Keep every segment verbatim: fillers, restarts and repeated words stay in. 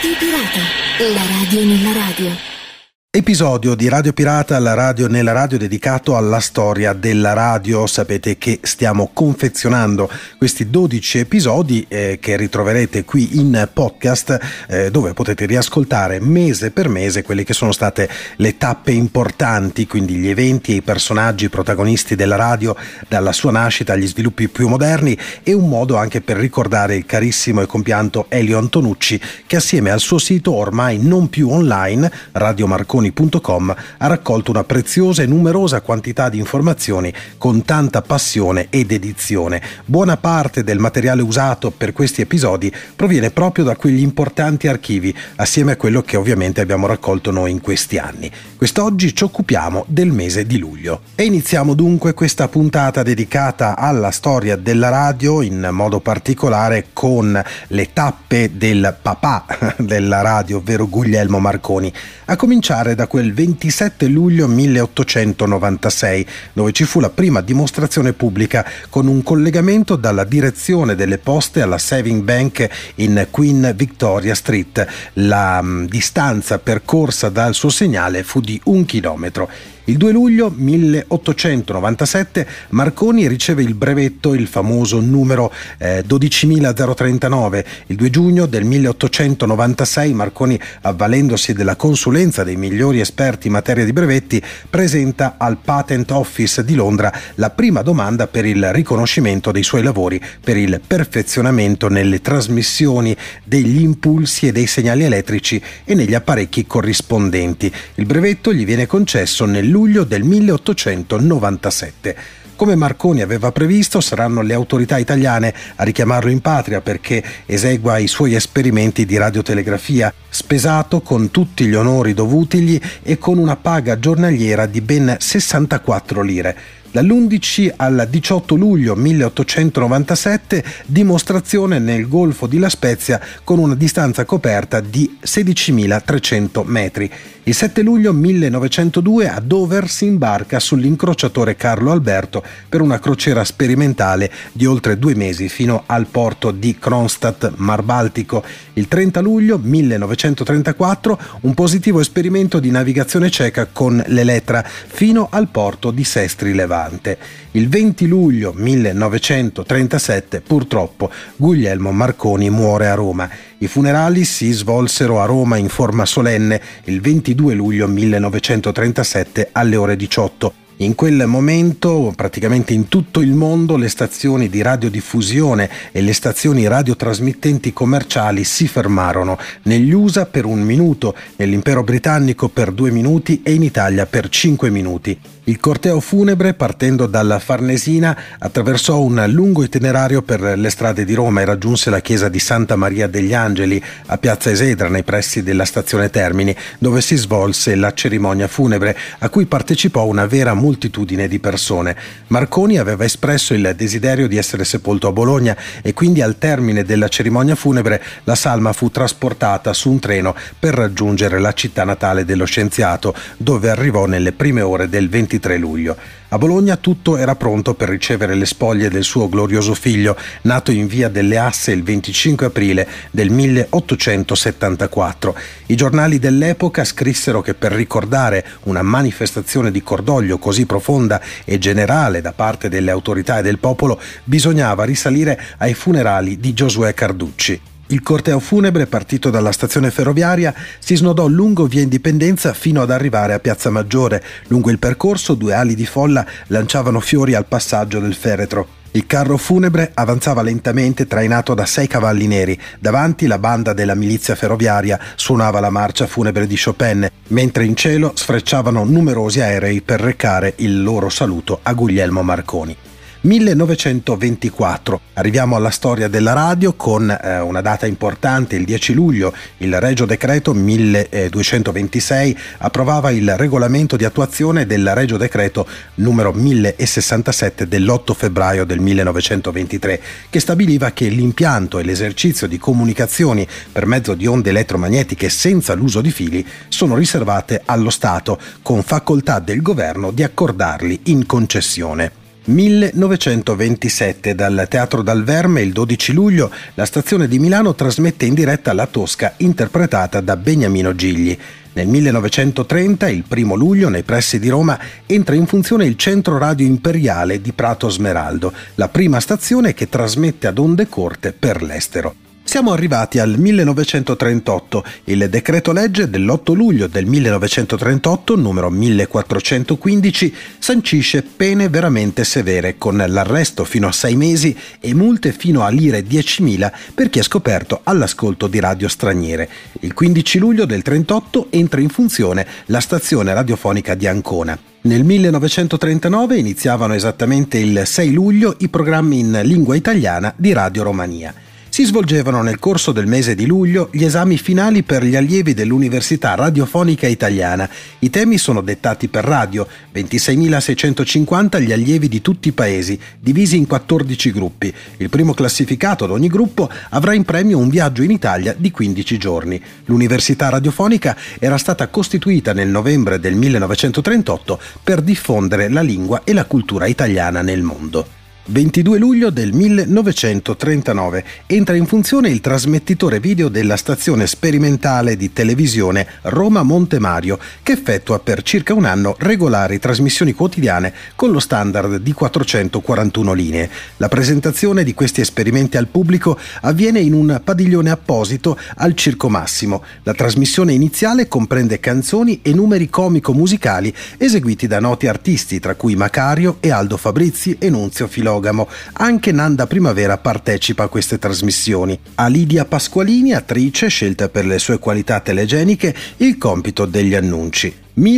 Radio Pirata, la radio nella radio. Episodio di Radio Pirata, la radio nella radio, dedicato alla storia della radio. Sapete che stiamo confezionando questi dodici episodi eh, che ritroverete qui in podcast, eh, dove potete riascoltare mese per mese quelle che sono state le tappe importanti, quindi gli eventi e i personaggi protagonisti della radio dalla sua nascita agli sviluppi più moderni, e un modo anche per ricordare il carissimo e compianto Elio Antonucci, che assieme al suo sito ormai non più online, radio marconi punto com, ha raccolto una preziosa e numerosa quantità di informazioni con tanta passione ed dedizione. Buona parte del materiale usato per questi episodi proviene proprio da quegli importanti archivi, assieme a quello che ovviamente abbiamo raccolto noi in questi anni. Quest'oggi ci occupiamo del mese di luglio e iniziamo dunque questa puntata dedicata alla storia della radio, in modo particolare con le tappe del papà della radio, ovvero Guglielmo Marconi, a cominciare da quel ventisette luglio milleottocentonovantasei, dove ci fu la prima dimostrazione pubblica con un collegamento dalla direzione delle poste alla Saving Bank in Queen Victoria Street. La mh, distanza percorsa dal suo segnale fu di un chilometro. Il due luglio milleottocentonovantasette Marconi riceve il brevetto, il famoso numero eh, dodicimilatrentanove. Il due giugno del milleottocentonovantasei Marconi, avvalendosi della consulenza dei migliori esperti in materia di brevetti, presenta al Patent Office di Londra la prima domanda per il riconoscimento dei suoi lavori per il perfezionamento nelle trasmissioni degli impulsi e dei segnali elettrici e negli apparecchi corrispondenti. Il brevetto gli viene concesso nel luglio del milleottocentonovantasette. Come Marconi aveva previsto, saranno le autorità italiane a richiamarlo in patria perché esegua i suoi esperimenti di radiotelegrafia, spesato con tutti gli onori dovutigli e con una paga giornaliera di ben sessantaquattro lire. Dall'undici al diciotto luglio milleottocentonovantasette dimostrazione nel Golfo di La Spezia con una distanza coperta di sedicimilatrecento metri. Il sette luglio millenovecentodue a Dover si imbarca sull'incrociatore Carlo Alberto per una crociera sperimentale di oltre due mesi fino al porto di Kronstadt, Mar Baltico. Il trenta luglio millenovecentotrentaquattro un positivo esperimento di navigazione ceca con l'Elettra fino al porto di Sestri Levante. Il venti luglio millenovecentotrentasette purtroppo Guglielmo Marconi muore a Roma. I funerali si svolsero a Roma in forma solenne il ventidue luglio millenovecentotrentasette alle ore diciotto. In quel momento, praticamente in tutto il mondo, le stazioni di radiodiffusione e le stazioni radiotrasmittenti commerciali si fermarono. Negli U S A per un minuto, nell'impero britannico per due minuti e in Italia per cinque minuti. Il corteo funebre, partendo dalla Farnesina, attraversò un lungo itinerario per le strade di Roma e raggiunse la chiesa di Santa Maria degli Angeli a Piazza Esedra, nei pressi della stazione Termini, dove si svolse la cerimonia funebre, a cui partecipò una vera moltitudine di persone. Marconi aveva espresso il desiderio di essere sepolto a Bologna e quindi al termine della cerimonia funebre la salma fu trasportata su un treno per raggiungere la città natale dello scienziato, dove arrivò nelle prime ore del ventitré luglio. A Bologna tutto era pronto per ricevere le spoglie del suo glorioso figlio, nato in via delle Asse il venticinque aprile del milleottocentosettantaquattro. I giornali dell'epoca scrissero che per ricordare una manifestazione di cordoglio così profonda e generale da parte delle autorità e del popolo bisognava risalire ai funerali di Giosuè Carducci. Il corteo funebre, partito dalla stazione ferroviaria, si snodò lungo via Indipendenza fino ad arrivare a Piazza Maggiore. Lungo il percorso due ali di folla lanciavano fiori al passaggio del feretro. Il carro funebre avanzava lentamente, trainato da sei cavalli neri. Davanti la banda della milizia ferroviaria suonava la marcia funebre di Chopin, mentre in cielo sfrecciavano numerosi aerei per recare il loro saluto a Guglielmo Marconi. millenovecentoventiquattro. Arriviamo alla storia della radio con eh, una data importante, il dieci luglio. Il Regio Decreto milleduecentoventisei approvava il regolamento di attuazione del Regio Decreto numero millesessantasette dell'otto febbraio del millenovecentoventitré, che stabiliva che l'impianto e l'esercizio di comunicazioni per mezzo di onde elettromagnetiche senza l'uso di fili sono riservate allo Stato, con facoltà del governo di accordarli in concessione. millenovecentoventisette, dal Teatro Dal Verme, il dodici luglio, la stazione di Milano trasmette in diretta La Tosca, interpretata da Beniamino Gigli. Nel millenovecentotrenta, il primo luglio, nei pressi di Roma, entra in funzione il Centro Radio Imperiale di Prato Smeraldo, la prima stazione che trasmette ad onde corte per l'estero. Siamo arrivati al millenovecentotrentotto. Il decreto legge dell'otto luglio del millenovecentotrentotto, numero millequattrocentoquindici, sancisce pene veramente severe, con l'arresto fino a sei mesi e multe fino a lire diecimila per chi è scoperto all'ascolto di radio straniere. Il quindici luglio del trentotto entra in funzione la stazione radiofonica di Ancona. Nel millenovecentotrentanove iniziavano esattamente il sei luglio i programmi in lingua italiana di Radio Romania. Si svolgevano nel corso del mese di luglio gli esami finali per gli allievi dell'Università Radiofonica Italiana. I temi sono dettati per radio, ventiseiemilaseicentocinquanta gli allievi di tutti i paesi, divisi in quattordici gruppi. Il primo classificato ad ogni gruppo avrà in premio un viaggio in Italia di quindici giorni. L'Università Radiofonica era stata costituita nel novembre del millenovecentotrentotto per diffondere la lingua e la cultura italiana nel mondo. ventidue luglio del millenovecentotrentanove entra in funzione il trasmettitore video della stazione sperimentale di televisione Roma Monte Mario, che effettua per circa un anno regolari trasmissioni quotidiane con lo standard di quattrocentoquarantuno linee. La presentazione di questi esperimenti al pubblico avviene in un padiglione apposito al Circo Massimo. La trasmissione iniziale comprende canzoni e numeri comico-musicali eseguiti da noti artisti, tra cui Macario e Aldo Fabrizi e Nunzio Filogamo. Anche Nanda Primavera partecipa a queste trasmissioni. A Lidia Pasqualini, attrice scelta per le sue qualità telegeniche, il compito degli annunci.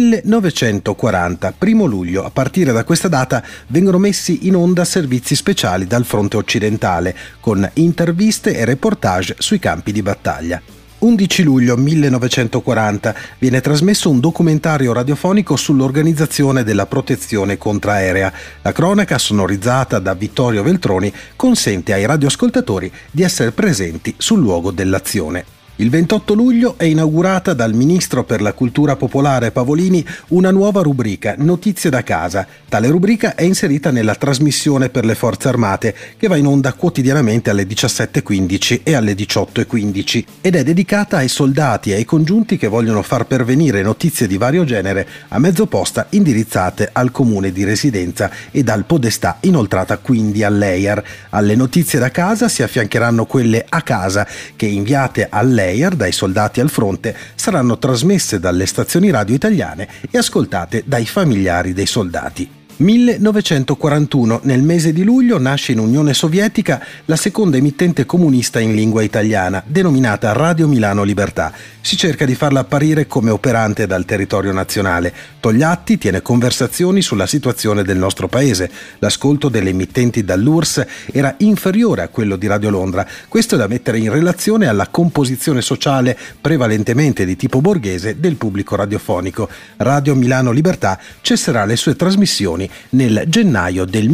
millenovecentoquaranta, primo luglio. A partire da questa data vengono messi in onda servizi speciali dal fronte occidentale, con interviste e reportage sui campi di battaglia. undici luglio millenovecentoquaranta viene trasmesso un documentario radiofonico sull'organizzazione della protezione contraerea. La cronaca, sonorizzata da Vittorio Veltroni, consente ai radioascoltatori di essere presenti sul luogo dell'azione. Il ventotto luglio è inaugurata dal ministro per la cultura popolare Pavolini una nuova rubrica, Notizie da casa. Tale rubrica è inserita nella trasmissione per le Forze Armate, che va in onda quotidianamente alle diciassette e quindici e alle diciotto e quindici ed è dedicata ai soldati e ai congiunti che vogliono far pervenire notizie di vario genere a mezzo posta indirizzate al comune di residenza e dal podestà inoltrata quindi all'E I A R. Alle notizie da casa si affiancheranno quelle a casa, che inviate all'E I A R dai soldati al fronte saranno trasmesse dalle stazioni radio italiane e ascoltate dai familiari dei soldati. millenovecentoquarantuno, nel mese di luglio, nasce in Unione Sovietica la seconda emittente comunista in lingua italiana, denominata Radio Milano Libertà. Si cerca di farla apparire come operante dal territorio nazionale. Togliatti tiene conversazioni sulla situazione del nostro paese. L'ascolto delle emittenti dall'U R S S era inferiore a quello di Radio Londra. Questo è da mettere in relazione alla composizione sociale prevalentemente di tipo borghese del pubblico radiofonico. Radio Milano Libertà cesserà le sue trasmissioni nel gennaio del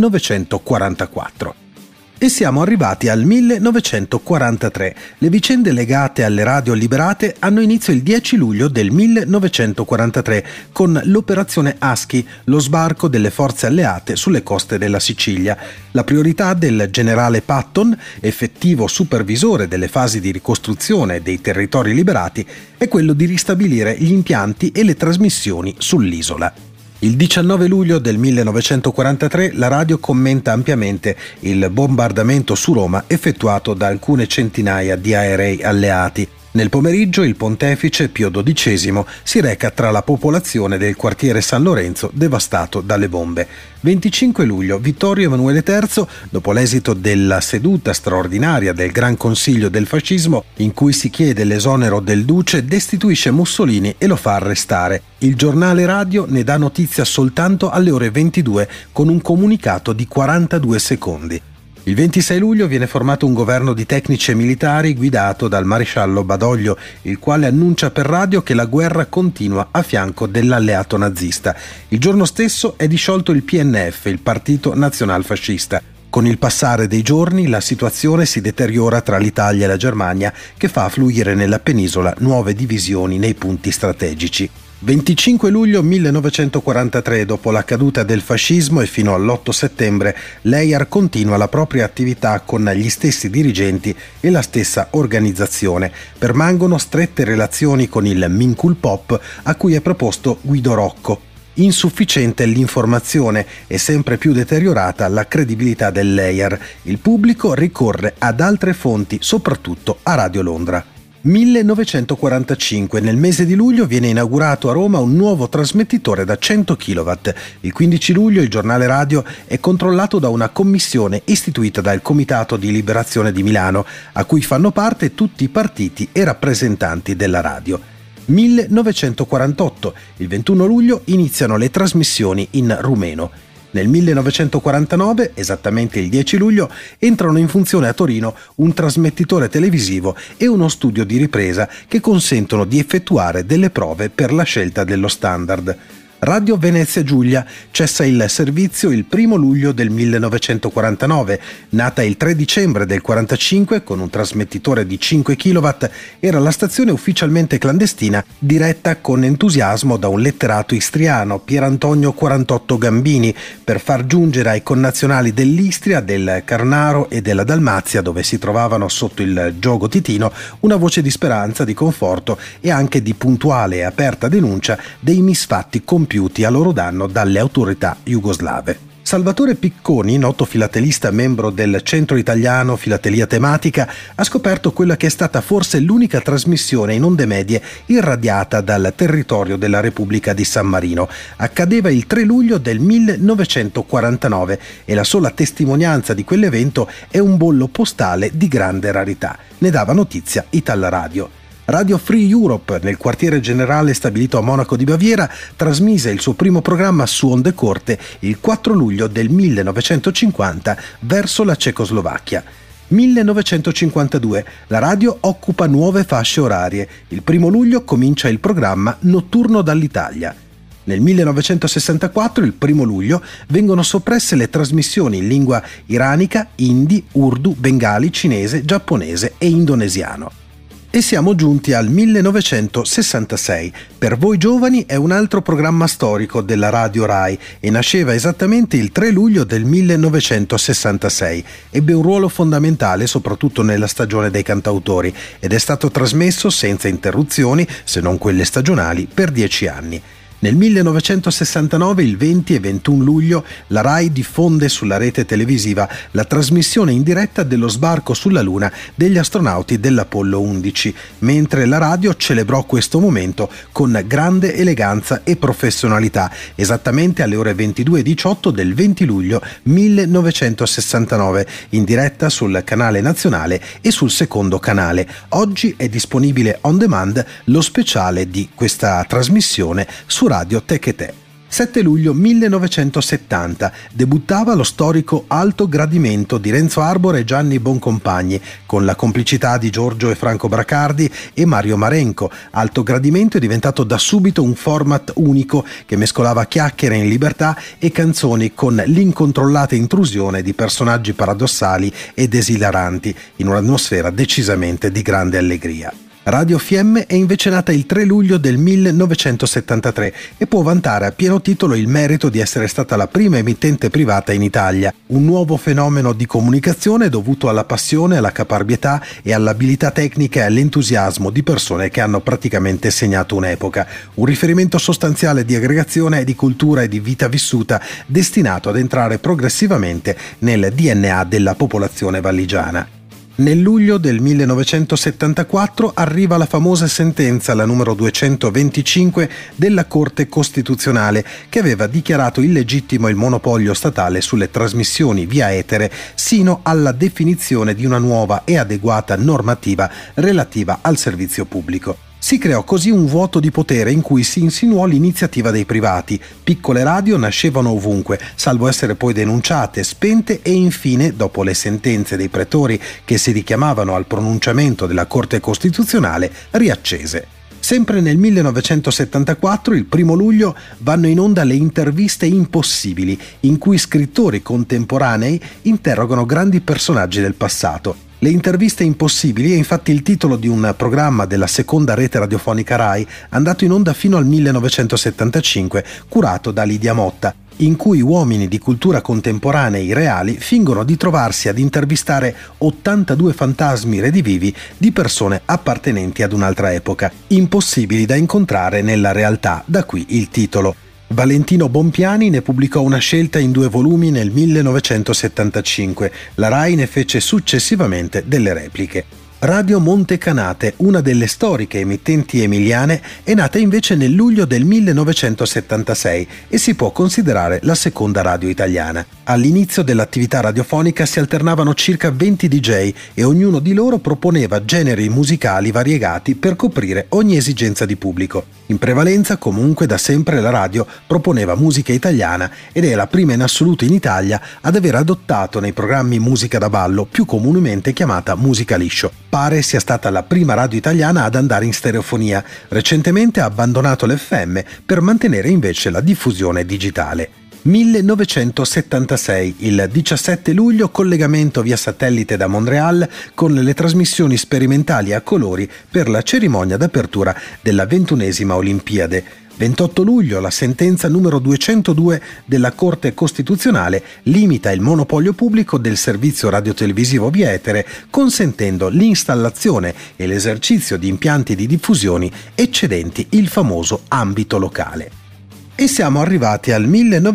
millenovecentoquarantaquattro. E siamo arrivati al millenovecentoquarantatré. Le vicende legate alle radio liberate hanno inizio il dieci luglio del millenovecentoquarantatré con l'operazione Husky, lo sbarco delle forze alleate sulle coste della Sicilia. La priorità del generale Patton, effettivo supervisore delle fasi di ricostruzione dei territori liberati, è quello di ristabilire gli impianti e le trasmissioni sull'isola. Il diciannove luglio del millenovecentoquarantatré la radio commenta ampiamente il bombardamento su Roma effettuato da alcune centinaia di aerei alleati. Nel pomeriggio il pontefice Pio dodicesimo si reca tra la popolazione del quartiere San Lorenzo devastato dalle bombe. venticinque luglio Vittorio Emanuele terzo, dopo l'esito della seduta straordinaria del Gran Consiglio del Fascismo, in cui si chiede l'esonero del duce, destituisce Mussolini e lo fa arrestare. Il giornale radio ne dà notizia soltanto alle ore ventidue con un comunicato di quarantadue secondi. Il ventisei luglio viene formato un governo di tecnici e militari guidato dal maresciallo Badoglio, il quale annuncia per radio che la guerra continua a fianco dell'alleato nazista. Il giorno stesso è disciolto il P N F, il Partito Nazionalfascista. Con il passare dei giorni la situazione si deteriora tra l'Italia e la Germania, che fa affluire nella penisola nuove divisioni nei punti strategici. venticinque luglio millenovecentoquarantatré, dopo la caduta del fascismo e fino all'otto settembre, l'E I A R continua la propria attività con gli stessi dirigenti e la stessa organizzazione. Permangono strette relazioni con il Minculpop, a cui è preposto Guido Rocco. Insufficiente l'informazione e sempre più deteriorata la credibilità dell'E I A R. Il pubblico ricorre ad altre fonti, soprattutto a Radio Londra. millenovecentoquarantacinque, nel mese di luglio viene inaugurato a Roma un nuovo trasmettitore da cento chilowatt. Il quindici luglio il giornale radio è controllato da una commissione istituita dal Comitato di Liberazione di Milano, a cui fanno parte tutti i partiti e rappresentanti della radio. millenovecentoquarantotto, il ventuno luglio iniziano le trasmissioni in rumeno. Nel millenovecentoquarantanove, esattamente il dieci luglio, entrano in funzione a Torino un trasmettitore televisivo e uno studio di ripresa che consentono di effettuare delle prove per la scelta dello standard. Radio Venezia Giulia cessa il servizio il primo luglio del millenovecentoquarantanove. Nata il tre dicembre del quarantacinque con un trasmettitore di cinque chilowatt, era la stazione ufficialmente clandestina diretta con entusiasmo da un letterato istriano, Pierantonio quarantotto Gambini, per far giungere ai connazionali dell'Istria, del Carnaro e della Dalmazia, dove si trovavano sotto il giogo titino, una voce di speranza, di conforto e anche di puntuale e aperta denuncia dei misfatti compiuti a loro danno dalle autorità jugoslave. Salvatore Picconi, noto filatelista membro del Centro Italiano Filatelia Tematica, ha scoperto quella che è stata forse l'unica trasmissione in onde medie irradiata dal territorio della Repubblica di San Marino. Accadeva il tre luglio del millenovecentoquarantanove e la sola testimonianza di quell'evento è un bollo postale di grande rarità. Ne dava notizia Italradio. Radio Free Europe, nel quartiere generale stabilito a Monaco di Baviera, trasmise il suo primo programma su onde corte il quattro luglio del millenovecentocinquanta verso la Cecoslovacchia. millenovecentocinquantadue, la radio occupa nuove fasce orarie. Il primo luglio comincia il programma Notturno dall'Italia. Nel millenovecentosessantaquattro, il primo luglio, vengono soppresse le trasmissioni in lingua iranica, hindi, urdu, bengali, cinese, giapponese e indonesiano. E siamo giunti al millenovecentosessantasei. Per voi giovani è un altro programma storico della Radio Rai e nasceva esattamente il tre luglio del millenovecentosessantasei. Ebbe un ruolo fondamentale soprattutto nella stagione dei cantautori ed è stato trasmesso senza interruzioni, se non quelle stagionali, per dieci anni. Nel millenovecentosessantanove, il venti e ventuno luglio, la Rai diffonde sulla rete televisiva la trasmissione in diretta dello sbarco sulla Luna degli astronauti dell'Apollo undici, mentre la radio celebrò questo momento con grande eleganza e professionalità, esattamente alle ore ventidue e diciotto del venti luglio millenovecentosessantanove, in diretta sul canale nazionale e sul secondo canale. Oggi è disponibile on demand lo speciale di questa trasmissione su Radio Tech e Te. sette luglio millenovecentosettanta debuttava lo storico Alto Gradimento di Renzo Arbore e Gianni Boncompagni, con la complicità di Giorgio e Franco Bracardi e Mario Marenco. Alto Gradimento è diventato da subito un format unico che mescolava chiacchiere in libertà e canzoni con l'incontrollata intrusione di personaggi paradossali ed esilaranti, in un'atmosfera decisamente di grande allegria. Radio Fiemme è invece nata il tre luglio del millenovecentosettantatré e può vantare a pieno titolo il merito di essere stata la prima emittente privata in Italia, un nuovo fenomeno di comunicazione dovuto alla passione, alla caparbietà e all'abilità tecnica e all'entusiasmo di persone che hanno praticamente segnato un'epoca, un riferimento sostanziale di aggregazione, di cultura e di vita vissuta destinato ad entrare progressivamente nel D N A della popolazione valligiana. Nel luglio del millenovecentosettantaquattro arriva la famosa sentenza, la numero duecentoventicinque, della Corte Costituzionale, che aveva dichiarato illegittimo il monopolio statale sulle trasmissioni via etere sino alla definizione di una nuova e adeguata normativa relativa al servizio pubblico. Si creò così un vuoto di potere in cui si insinuò l'iniziativa dei privati. Piccole radio nascevano ovunque, salvo essere poi denunciate, spente e infine, dopo le sentenze dei pretori che si richiamavano al pronunciamento della Corte Costituzionale, riaccese. Sempre nel millenovecentosettantaquattro, il primo luglio, vanno in onda le interviste impossibili, in cui scrittori contemporanei interrogano grandi personaggi del passato. Le interviste impossibili è infatti il titolo di un programma della seconda rete radiofonica Rai, andato in onda fino al millenovecentosettantacinque, curato da Lidia Motta, in cui uomini di cultura contemporanei reali fingono di trovarsi ad intervistare ottantadue fantasmi redivivi di persone appartenenti ad un'altra epoca, impossibili da incontrare nella realtà, da qui il titolo. Valentino Bompiani ne pubblicò una scelta in due volumi nel millenovecentosettantacinque, la Rai ne fece successivamente delle repliche. Radio Montecanate, una delle storiche emittenti emiliane, è nata invece nel luglio del millenovecentosettantasei e si può considerare la seconda radio italiana. All'inizio dell'attività radiofonica si alternavano circa venti D J e ognuno di loro proponeva generi musicali variegati per coprire ogni esigenza di pubblico. In prevalenza, comunque, da sempre la radio proponeva musica italiana ed è la prima in assoluto in Italia ad aver adottato nei programmi musica da ballo, più comunemente chiamata musica liscio. Pare sia stata la prima radio italiana ad andare in stereofonia. Recentemente ha abbandonato l'F M per mantenere invece la diffusione digitale. millenovecentosettantasei, il diciassette luglio, collegamento via satellite da Montréal con le trasmissioni sperimentali a colori per la cerimonia d'apertura della ventunesima Olimpiade. ventotto luglio, la sentenza numero duecentodue della Corte Costituzionale limita il monopolio pubblico del servizio radiotelevisivo via etere, consentendo l'installazione e l'esercizio di impianti di diffusioni eccedenti il famoso ambito locale. E siamo arrivati al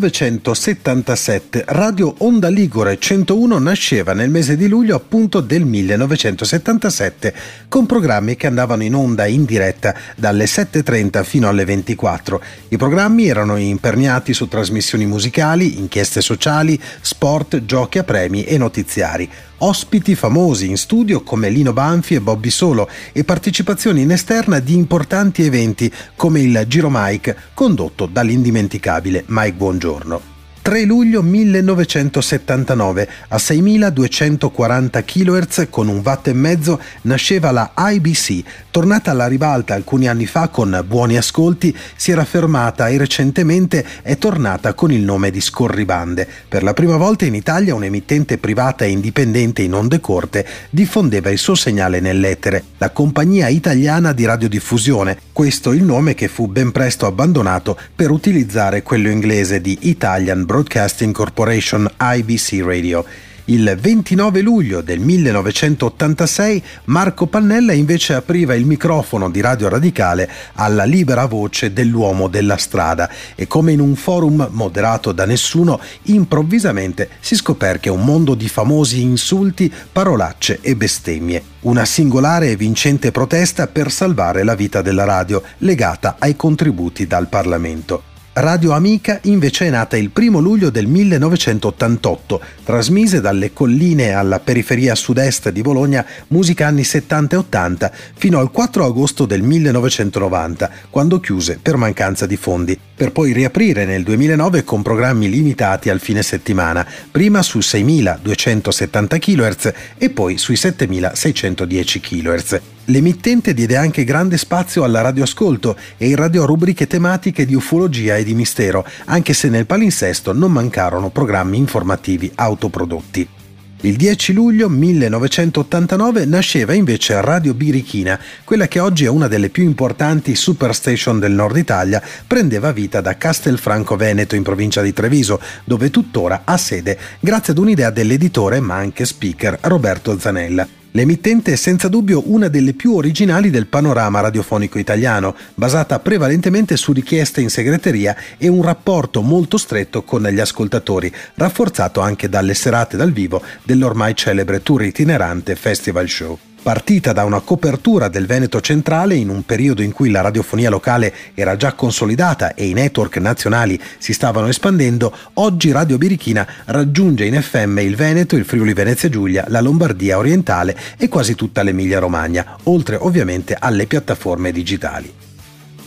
millenovecentosettantasette. Radio Onda Ligure centouno nasceva nel mese di luglio appunto del millenovecentosettantasette, con programmi che andavano in onda in diretta dalle sette e trenta fino alle ventiquattro. I programmi erano imperniati su trasmissioni musicali, inchieste sociali, sport, giochi a premi e notiziari. Ospiti famosi in studio come Lino Banfi e Bobby Solo e partecipazioni in esterna di importanti eventi come il Giro Mike, condotto dall'indimenticabile Mike Buongiorno. tre luglio millenovecentosettantanove, a seimiladuecentoquaranta chilohertz con un watt e mezzo nasceva la I B C. Tornata alla ribalta alcuni anni fa con buoni ascolti, si era fermata e recentemente è tornata con il nome di Scorribande. Per la prima volta in Italia un'emittente privata e indipendente in onde corte diffondeva il suo segnale nell'etere, la Compagnia Italiana di Radiodiffusione, questo il nome che fu ben presto abbandonato per utilizzare quello inglese di Italian Broadcasting Corporation I B C Radio. Il ventinove luglio del millenovecentottantasei Marco Pannella invece apriva il microfono di Radio Radicale alla libera voce dell'uomo della strada e, come in un forum moderato da nessuno, improvvisamente si scoperchiò un mondo di famosi insulti, parolacce e bestemmie. Una singolare e vincente protesta per salvare la vita della radio, legata ai contributi dal Parlamento. Radio Amica invece è nata il primo luglio del millenovecentottantotto, trasmise dalle colline alla periferia sud-est di Bologna musica anni settanta e ottanta fino al quattro agosto del millenovecentonovanta, quando chiuse per mancanza di fondi, per poi riaprire nel duemilanove con programmi limitati al fine settimana, prima su seimiladuecentosettanta chilohertz e poi sui settemilaseicentodieci chilohertz. L'emittente diede anche grande spazio al radioascolto e irradiò rubriche tematiche di ufologia e di mistero, anche se nel palinsesto non mancarono programmi informativi autoprodotti. Il dieci luglio millenovecentottantanove nasceva invece Radio Birichina, quella che oggi è una delle più importanti superstation del nord Italia, prendeva vita da Castelfranco Veneto in provincia di Treviso, dove tuttora ha sede grazie ad un'idea dell'editore ma anche speaker Roberto Zanella. L'emittente è senza dubbio una delle più originali del panorama radiofonico italiano, basata prevalentemente su richieste in segreteria e un rapporto molto stretto con gli ascoltatori, rafforzato anche dalle serate dal vivo dell'ormai celebre tour itinerante Festival Show. Partita da una copertura del Veneto centrale in un periodo in cui la radiofonia locale era già consolidata e i network nazionali si stavano espandendo, oggi Radio Birichina raggiunge in F M il Veneto, il Friuli Venezia Giulia, la Lombardia orientale e quasi tutta l'Emilia Romagna, oltre ovviamente alle piattaforme digitali.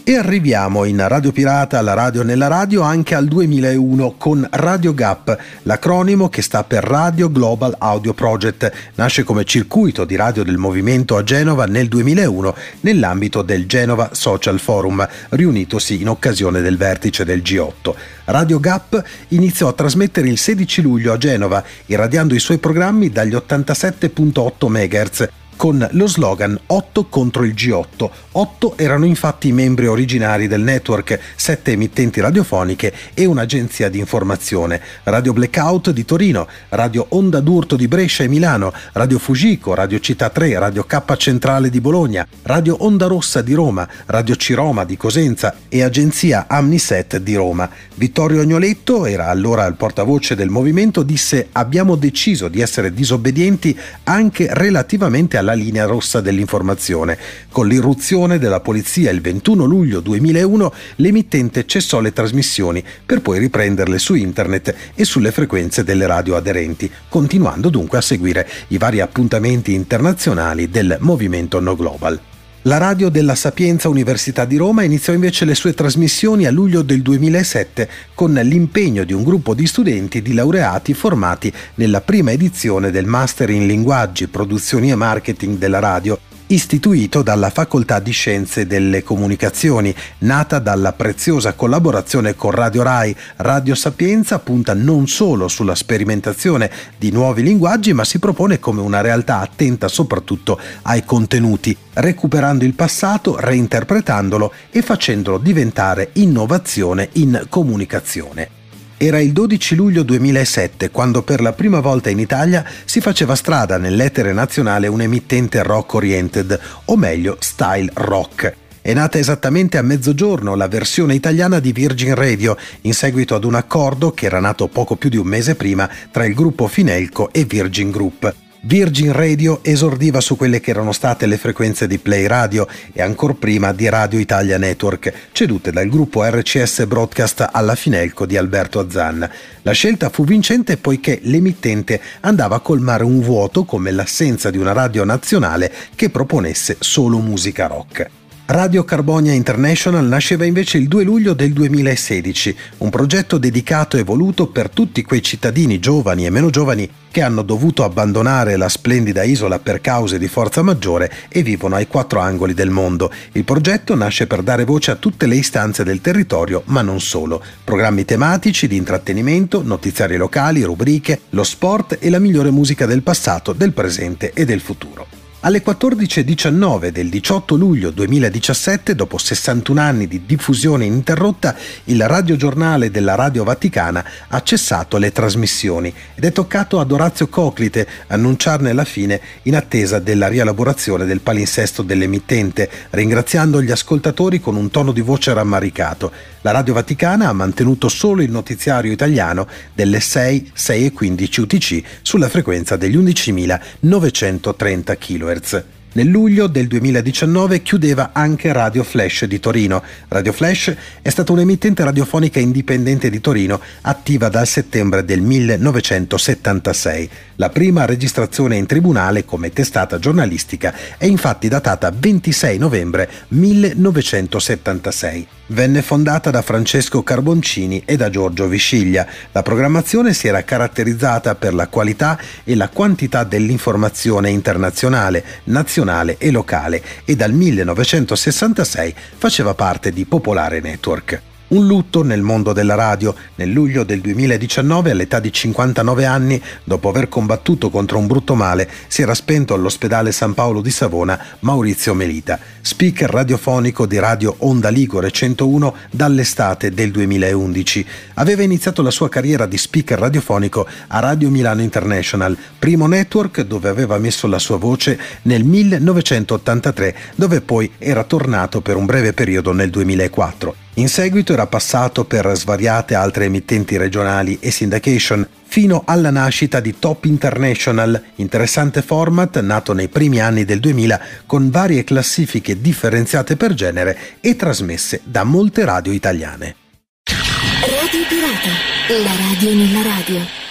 E arriviamo in Radio Pirata, alla radio nella radio, anche al duemilauno con Radio Gap, l'acronimo che sta per Radio Global Audio Project. Nasce come circuito di radio del movimento a Genova nel duemilauno nell'ambito del Genova Social Forum, riunitosi in occasione del vertice del G otto. Radio Gap iniziò a trasmettere il sedici luglio a Genova, irradiando i suoi programmi dagli ottantasette virgola otto megahertz, con lo slogan otto contro il G otto. otto erano infatti i membri originari del network, sette emittenti radiofoniche e un'agenzia di informazione: Radio Blackout di Torino, Radio Onda d'Urto di Brescia e Milano, Radio Fugico, Radio Città tre, Radio K Centrale di Bologna, Radio Onda Rossa di Roma, Radio Ciroma di Cosenza e agenzia Amniset di Roma. Vittorio Agnoletto, era allora il portavoce del movimento, disse: abbiamo deciso di essere disobbedienti anche relativamente alla linea rossa dell'informazione. Con l'irruzione della polizia il ventuno luglio duemilauno l'emittente cessò le trasmissioni per poi riprenderle su internet e sulle frequenze delle radio aderenti, continuando dunque a seguire i vari appuntamenti internazionali del movimento No Global. La radio della Sapienza Università di Roma iniziò invece le sue trasmissioni a luglio del duemilasette con l'impegno di un gruppo di studenti di laureati formati nella prima edizione del Master in Linguaggi, Produzioni e Marketing della Radio, istituito dalla Facoltà di Scienze delle Comunicazioni. Nata dalla preziosa collaborazione con Radio Rai, Radio Sapienza punta non solo sulla sperimentazione di nuovi linguaggi, ma si propone come una realtà attenta soprattutto ai contenuti, recuperando il passato, reinterpretandolo e facendolo diventare innovazione in comunicazione. Era il dodici luglio duemilasette quando per la prima volta in Italia si faceva strada nell'etere nazionale un emittente rock oriented, o meglio style rock. È nata esattamente a mezzogiorno la versione italiana di Virgin Radio, in seguito ad un accordo che era nato poco più di un mese prima tra il gruppo Finelco e Virgin Group. Virgin Radio esordiva su quelle che erano state le frequenze di Play Radio e ancor prima di Radio Italia Network, cedute dal gruppo R C S Broadcast alla Finelco di Alberto Azzan. La scelta fu vincente poiché l'emittente andava a colmare un vuoto come l'assenza di una radio nazionale che proponesse solo musica rock. Radio Carbonia International nasceva invece il due luglio del duemilasedici, un progetto dedicato e voluto per tutti quei cittadini giovani e meno giovani che hanno dovuto abbandonare la splendida isola per cause di forza maggiore e vivono ai quattro angoli del mondo. Il progetto nasce per dare voce a tutte le istanze del territorio, ma non solo. Programmi tematici di intrattenimento, notiziari locali, rubriche, lo sport e la migliore musica del passato, del presente e del futuro. Alle quattordici e diciannove del diciotto luglio duemiladiciassette, dopo sessantuno anni di diffusione ininterrotta, il radiogiornale della Radio Vaticana ha cessato le trasmissioni ed è toccato ad Orazio Coclite annunciarne la fine in attesa della rielaborazione del palinsesto dell'emittente, ringraziando gli ascoltatori con un tono di voce rammaricato. La Radio Vaticana ha mantenuto solo il notiziario italiano delle sei, sei e quindici U T C sulla frequenza degli undicimilanovecentotrenta chilohertz. Nel luglio del duemiladiciannove chiudeva anche Radio Flash di Torino. Radio Flash è stata un'emittente radiofonica indipendente di Torino, attiva dal settembre del millenovecentosettantasei. La prima registrazione in tribunale come testata giornalistica è infatti datata ventisei novembre millenovecentosettantasei. Venne fondata da Francesco Carboncini e da Giorgio Visciglia. La programmazione si era caratterizzata per la qualità e la quantità dell'informazione internazionale, nazionale e locale e dal millenovecentosessantasei faceva parte di Popolare Network. Un lutto nel mondo della radio. Nel luglio del duemiladiciannove, all'età di cinquantanove anni, dopo aver combattuto contro un brutto male, si era spento all'ospedale San Paolo di Savona Maurizio Melita, speaker radiofonico di Radio Onda Ligure centouno dall'estate del duemilaundici. Aveva iniziato la sua carriera di speaker radiofonico a Radio Milano International, primo network dove aveva messo la sua voce nel millenovecentottantatré, dove poi era tornato per un breve periodo nel duemilaquattro. In seguito era passato per svariate altre emittenti regionali e syndication, fino alla nascita di Top International, interessante format nato nei primi anni del duemila con varie classifiche differenziate per genere e trasmesse da molte radio italiane. Radio Pirata, la radio nella radio.